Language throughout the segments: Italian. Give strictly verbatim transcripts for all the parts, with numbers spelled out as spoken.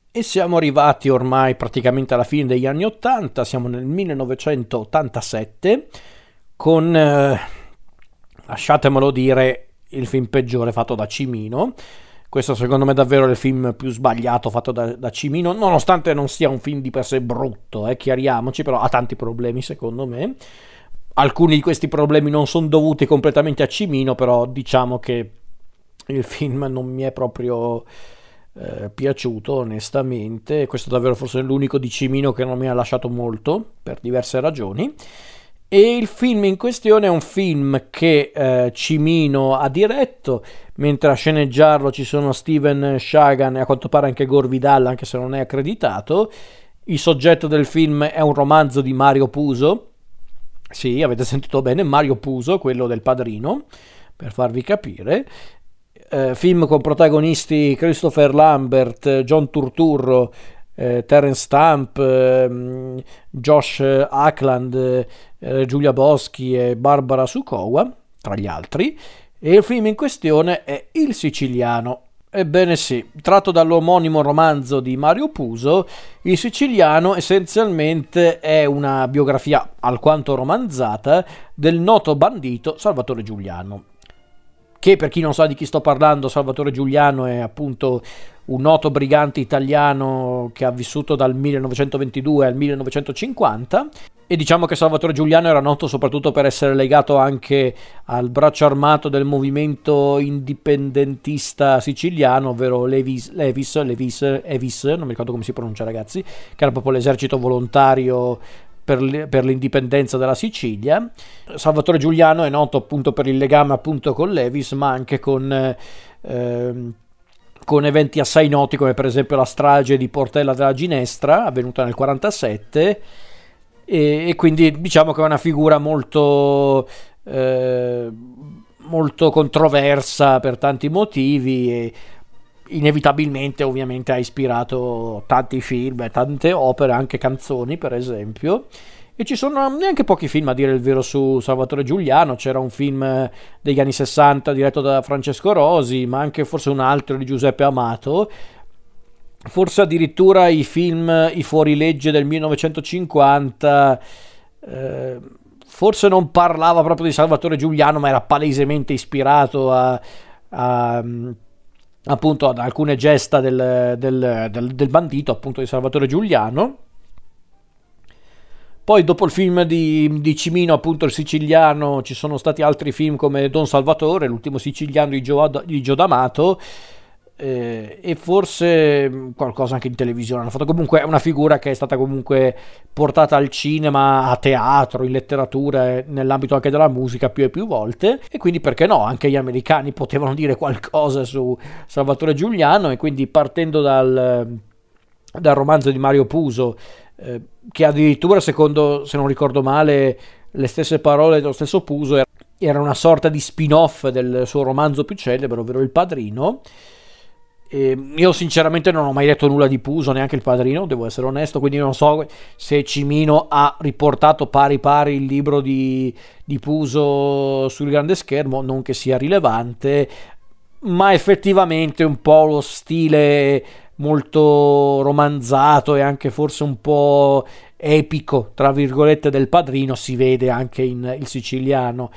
E siamo arrivati ormai praticamente alla fine degli anni ottanta, siamo nel millenovecentottantasette con, eh, lasciatemelo dire, il film peggiore fatto da Cimino. Questo secondo me è davvero il film più sbagliato fatto da, da Cimino, nonostante non sia un film di per sé brutto, eh, chiariamoci, però ha tanti problemi secondo me. Alcuni di questi problemi non sono dovuti completamente a Cimino, però diciamo che il film non mi è proprio eh, piaciuto onestamente. Questo è davvero forse l'unico di Cimino che non mi ha lasciato molto per diverse ragioni. E il film in questione è un film che eh, Cimino ha diretto, mentre a sceneggiarlo ci sono Steven Shagan e a quanto pare anche Gore Vidal, anche se non è accreditato. Il soggetto del film è un romanzo di Mario Puzo. Sì, avete sentito bene, Mario Puzo, quello del Padrino, per farvi capire. Eh, film con protagonisti Christopher Lambert, John Turturro, eh, Terence Stamp, eh, Josh Ackland, eh, Giulia Boschi e Barbara Sukowa, tra gli altri. E il film in questione è Il Siciliano. Ebbene sì, tratto dall'omonimo romanzo di Mario Puzo, Il Siciliano essenzialmente è una biografia alquanto romanzata del noto bandito Salvatore Giuliano, che per chi non sa di chi sto parlando, Salvatore Giuliano è appunto un noto brigante italiano che ha vissuto dal millenovecentoventidue al millenovecentocinquanta. E diciamo che Salvatore Giuliano era noto soprattutto per essere legato anche al braccio armato del movimento indipendentista siciliano, ovvero Levis, Levis, Levis, Evis, non mi ricordo come si pronuncia ragazzi, che era proprio l'esercito volontario per, per l'indipendenza della Sicilia. Salvatore Giuliano è noto appunto per il legame appunto con Levis, ma anche con... Eh, con eventi assai noti come per esempio la strage di Portella della Ginestra avvenuta nel quarantasette. E quindi diciamo che è una figura molto eh, molto controversa per tanti motivi e inevitabilmente ovviamente ha ispirato tanti film, tante opere, anche canzoni per esempio. E ci sono neanche pochi film a dire il vero su Salvatore Giuliano. C'era un film degli anni sessanta diretto da Francesco Rosi, ma anche forse un altro di Giuseppe Amato. Forse addirittura i film I fuorilegge del millenovecentocinquanta eh, forse non parlava proprio di Salvatore Giuliano, ma era palesemente ispirato a, a appunto ad alcune gesta del, del, del, del bandito appunto di Salvatore Giuliano. Poi dopo il film di, di Cimino, appunto Il Siciliano, ci sono stati altri film come Don Salvatore, l'ultimo siciliano di Gio, di Gio D'Amato, eh, e forse qualcosa anche in televisione hanno fatto. Comunque è una figura che è stata comunque portata al cinema, a teatro, in letteratura, nell'ambito anche della musica più e più volte, e quindi perché no, anche gli americani potevano dire qualcosa su Salvatore Giuliano. E quindi partendo dal, dal romanzo di Mario Puzo, eh, che addirittura, secondo, se non ricordo male, le stesse parole dello stesso Puzo, era, era una sorta di spin-off del suo romanzo più celebre, ovvero Il Padrino. E io sinceramente non ho mai letto nulla di Puzo, neanche Il Padrino, devo essere onesto, quindi non so se Cimino ha riportato pari pari il libro di, di Puzo sul grande schermo, non che sia rilevante, ma effettivamente un po' lo stile molto romanzato e anche forse un po' epico tra virgolette del Padrino si vede anche in Il Siciliano.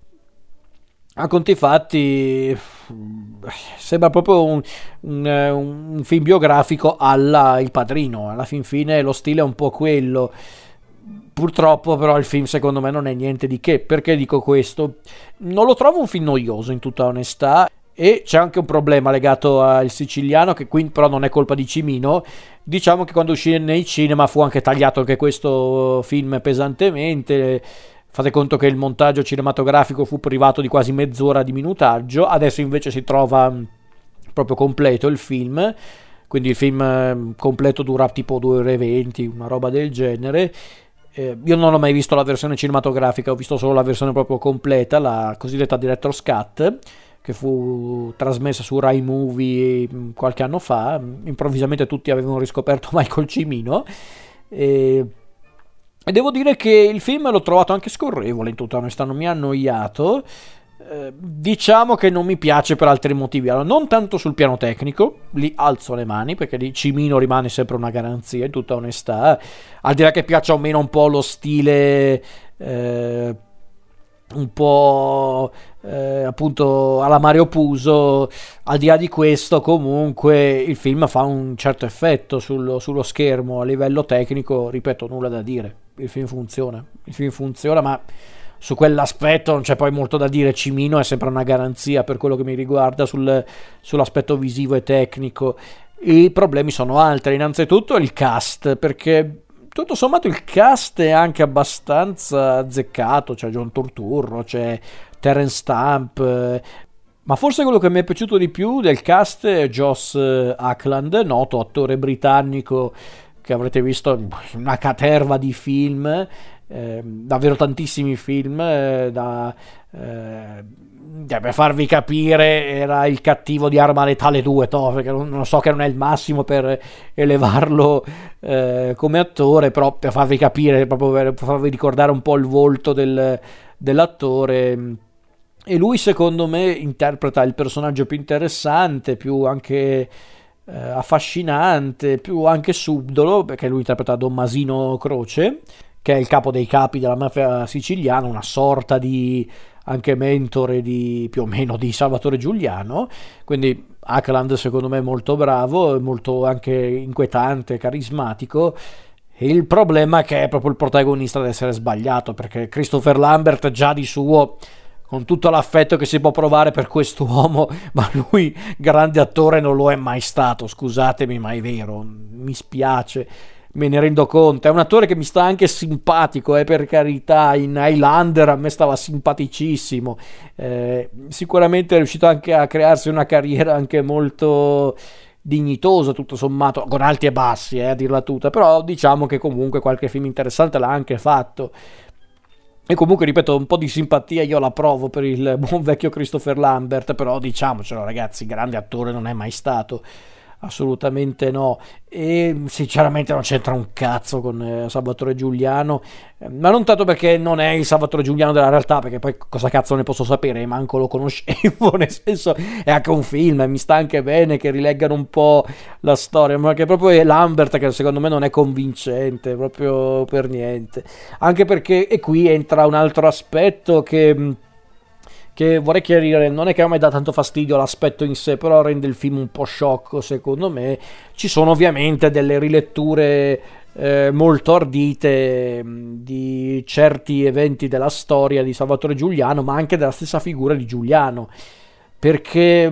A conti fatti sembra proprio un, un, un film biografico alla Il Padrino, alla fin fine lo stile è un po' quello. Purtroppo però il film secondo me non è niente di che. Perché dico questo? Non lo trovo un film noioso, in tutta onestà. E c'è anche un problema legato al Siciliano, che qui però non è colpa di Cimino. Diciamo che quando uscì nei cinema fu anche tagliato anche questo film pesantemente. Fate conto che il montaggio cinematografico fu privato di quasi mezz'ora di minutaggio. Adesso invece si trova proprio completo il film, quindi il film completo dura tipo due ore e venti, una roba del genere. Eh, io non ho mai visto la versione cinematografica, ho visto solo la versione proprio completa, la cosiddetta Director's Cut, che fu trasmessa su Rai Movie qualche anno fa. Improvvisamente tutti avevano riscoperto Michael Cimino e, e devo dire che il film l'ho trovato anche scorrevole, in tutta onestà non mi ha annoiato. Eh, diciamo che non mi piace per altri motivi. Allora, non tanto sul piano tecnico, lì alzo le mani perché di Cimino rimane sempre una garanzia, in tutta onestà. Al di là che piaccia o meno un po' lo stile, eh, un po' eh, appunto alla Mario Puzo, al di là di questo, comunque il film fa un certo effetto sullo, sullo schermo. A livello tecnico, ripeto, nulla da dire. Il film funziona, il film funziona, ma su quell'aspetto non c'è poi molto da dire. Cimino è sempre una garanzia per quello che mi riguarda sul, sull'aspetto visivo e tecnico. I problemi sono altri. Innanzitutto il cast, perché tutto sommato il cast è anche abbastanza azzeccato. C'è John Turturro, c'è Terence Stamp, eh, ma forse quello che mi è piaciuto di più del cast è Joss Ackland, noto attore britannico che avrete visto in una caterva di film, eh, davvero tantissimi film, eh, da, eh, per farvi capire, era il cattivo di Arma Letale due, toh, perché non, non so che non è il massimo per elevarlo eh, come attore, però per farvi capire, proprio per, per farvi ricordare un po' il volto del, dell'attore. E lui secondo me interpreta il personaggio più interessante, più anche eh, affascinante, più anche subdolo, perché lui interpreta Tommasino Croce, che è il capo dei capi della mafia siciliana, una sorta di anche mentore di più o meno di Salvatore Giuliano. Quindi Ackland secondo me è molto bravo, molto anche inquietante, carismatico. E il problema è che è proprio il protagonista ad essere sbagliato, perché Christopher Lambert già di suo, con tutto l'affetto che si può provare per quest'uomo, ma lui grande attore non lo è mai stato, scusatemi, ma è vero, mi spiace, me ne rendo conto. È un attore che mi sta anche simpatico, eh, per carità. In Highlander a me stava simpaticissimo, eh, sicuramente è riuscito anche a crearsi una carriera anche molto dignitosa, tutto sommato, con alti e bassi, eh, a dirla tutta, però diciamo che comunque qualche film interessante l'ha anche fatto. E comunque, ripeto, un po' di simpatia io la provo per il buon vecchio Christopher Lambert, però diciamocelo ragazzi, grande attore non è mai stato, assolutamente no. E sinceramente non c'entra un cazzo con eh, Salvatore Giuliano, eh, ma non tanto perché non è il Salvatore Giuliano della realtà, perché poi cosa cazzo ne posso sapere, manco lo conoscevo, nel senso è anche un film e mi sta anche bene che rileggano un po' la storia, ma che proprio è Lambert che secondo me non è convincente proprio per niente, anche perché, e qui entra un altro aspetto che che vorrei chiarire, non è che a me dà tanto fastidio l'aspetto in sé, però rende il film un po' sciocco secondo me. Ci sono ovviamente delle riletture eh, molto ardite mh, di certi eventi della storia di Salvatore Giuliano, ma anche della stessa figura di Giuliano, perché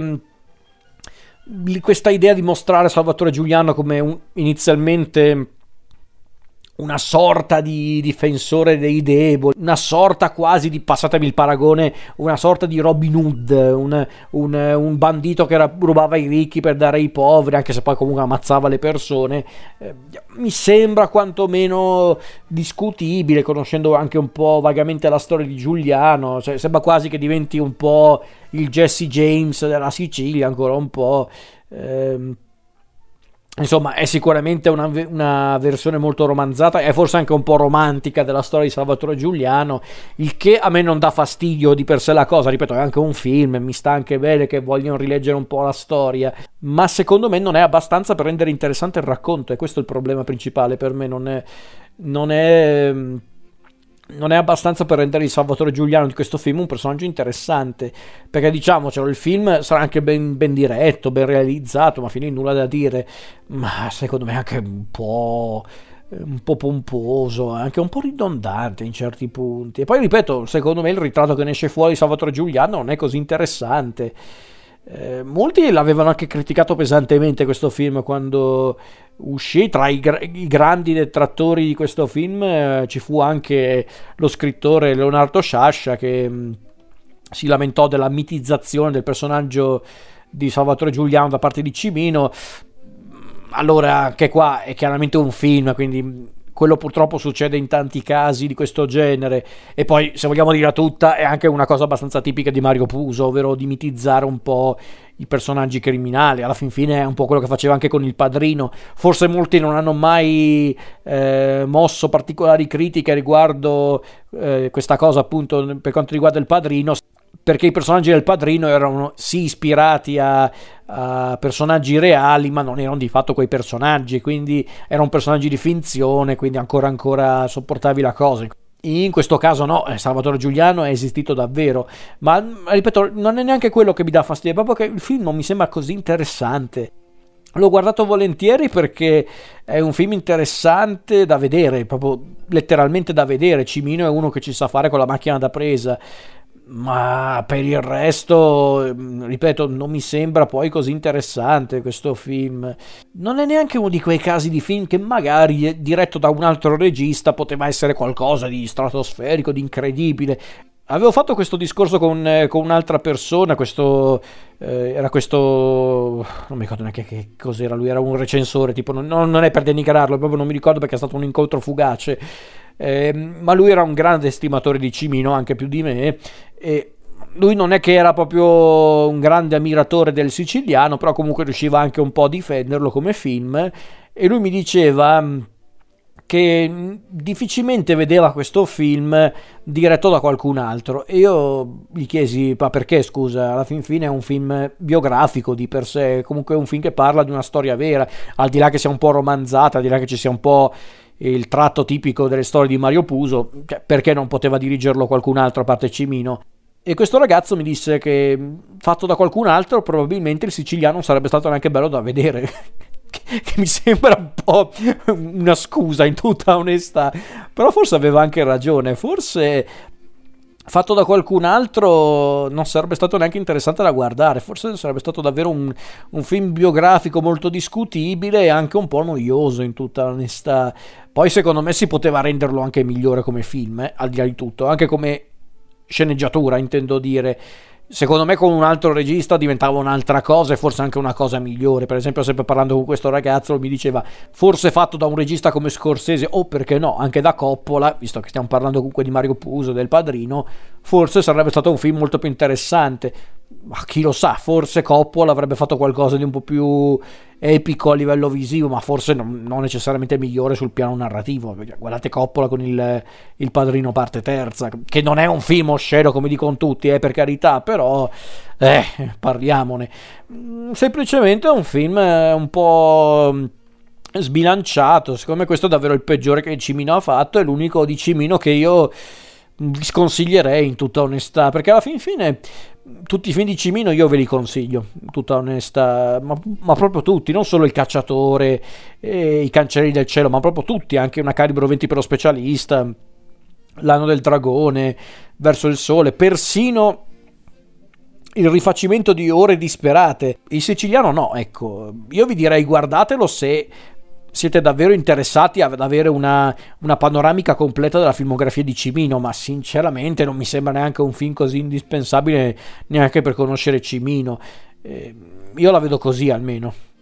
mh, questa idea di mostrare Salvatore Giuliano come un, inizialmente una sorta di difensore dei deboli, una sorta quasi di, passatemi il paragone, una sorta di Robin Hood, un, un, un bandito che rubava i ricchi per dare ai poveri, anche se poi comunque ammazzava le persone, eh, mi sembra quantomeno discutibile, conoscendo anche un po' vagamente la storia di Giuliano. Cioè, sembra quasi che diventi un po' il Jesse James della Sicilia, ancora un po'. ehm, Insomma, è sicuramente una, una versione molto romanzata, è forse anche un po' romantica della storia di Salvatore Giuliano, il che a me non dà fastidio di per sé la cosa. Ripeto, è anche un film, mi sta anche bene che vogliono rileggere un po' la storia, ma secondo me non è abbastanza per rendere interessante il racconto, e questo è il problema principale per me. Non è... Non è non è abbastanza per rendere il Salvatore Giuliano di questo film un personaggio interessante, perché diciamocelo, il film sarà anche ben, ben diretto, ben realizzato, ma fino in nulla da dire, ma secondo me anche un po' un po' pomposo, anche un po' ridondante in certi punti. E poi ripeto, secondo me il ritratto che ne esce fuori di Salvatore Giuliano non è così interessante. Eh, molti l'avevano anche criticato pesantemente questo film quando uscì. Tra i, gra- i grandi detrattori di questo film eh, ci fu anche lo scrittore Leonardo Sciascia, che mh, si lamentò della mitizzazione del personaggio di Salvatore Giuliano da parte di Cimino. Allora, anche qua è chiaramente un film, quindi quello purtroppo succede in tanti casi di questo genere. E poi, se vogliamo dirla tutta, è anche una cosa abbastanza tipica di Mario Puzo, ovvero di mitizzare un po' i personaggi criminali. Alla fin fine è un po' quello che faceva anche con Il Padrino. Forse molti non hanno mai eh, mosso particolari critiche riguardo eh, questa cosa, appunto, per quanto riguarda Il Padrino. perché i personaggi del Padrino erano sì ispirati a, a personaggi reali, ma non erano di fatto quei personaggi, quindi erano personaggi di finzione, quindi ancora ancora sopportavi la cosa. In questo caso no, Salvatore Giuliano è esistito davvero, ma ripeto, non è neanche quello che mi dà fastidio, è proprio che il film non mi sembra così interessante. L'ho guardato volentieri perché è un film interessante da vedere, proprio letteralmente da vedere. Cimino è uno che ci sa fare con la macchina da presa, ma per il resto, ripeto, non mi sembra poi così interessante questo film. Non è neanche uno di quei casi di film che magari diretto da un altro regista poteva essere qualcosa di stratosferico, di incredibile. Avevo fatto questo discorso con, eh, con un'altra persona, questo eh, era questo, non mi ricordo neanche che cos'era, lui era un recensore, tipo non, non è per denigrarlo, proprio non mi ricordo perché è stato un incontro fugace, eh, ma lui era un grande estimatore di Cimino, anche più di me, e lui non è che era proprio un grande ammiratore del siciliano, però comunque riusciva anche un po' a difenderlo come film, e lui mi diceva che difficilmente vedeva questo film diretto da qualcun altro, e io gli chiesi ma perché, scusa, alla fin fine è un film biografico di per sé, comunque è un film che parla di una storia vera, al di là che sia un po' romanzata, al di là che ci sia un po' il tratto tipico delle storie di Mario Puzo, perché non poteva dirigerlo qualcun altro a parte Cimino? E questo ragazzo mi disse che fatto da qualcun altro probabilmente il siciliano non sarebbe stato neanche bello da vedere. Che mi sembra un po' una scusa, in tutta onestà, però forse aveva anche ragione. Forse fatto da qualcun altro non sarebbe stato neanche interessante da guardare, forse sarebbe stato davvero un, un film biografico molto discutibile e anche un po' noioso, in tutta onestà. Poi secondo me si poteva renderlo anche migliore come film, eh, al di là di tutto, anche come sceneggiatura intendo dire. Secondo me con un altro regista diventava un'altra cosa, e forse anche una cosa migliore. Per esempio, sempre parlando con questo ragazzo, mi diceva forse fatto da un regista come Scorsese, o perché no anche da Coppola, visto che stiamo parlando comunque di Mario Puzo, del Padrino, forse sarebbe stato un film molto più interessante. Ma chi lo sa, forse Coppola avrebbe fatto qualcosa di un po' più epico a livello visivo, ma forse non, non necessariamente migliore sul piano narrativo. Guardate Coppola con il, il Padrino parte terza, che non è un film osceno come dicono tutti, eh, per carità, però eh, parliamone. Semplicemente è un film un po' sbilanciato. Secondo me questo è davvero il peggiore che Cimino ha fatto, è l'unico di Cimino che io vi sconsiglierei in tutta onestà, perché alla fin fine tutti i film di Cimino io ve li consiglio, in tutta onestà, ma, ma proprio tutti, non solo Il Cacciatore e I Cancelli del Cielo, ma proprio tutti, anche Una calibro venti per lo specialista, L'anno del dragone, Verso il sole, persino il rifacimento di Ore disperate. Il siciliano no, ecco, io vi direi guardatelo se siete davvero interessati ad avere una, una panoramica completa della filmografia di Cimino, ma sinceramente non mi sembra neanche un film così indispensabile neanche per conoscere Cimino. Eh, io la vedo così almeno.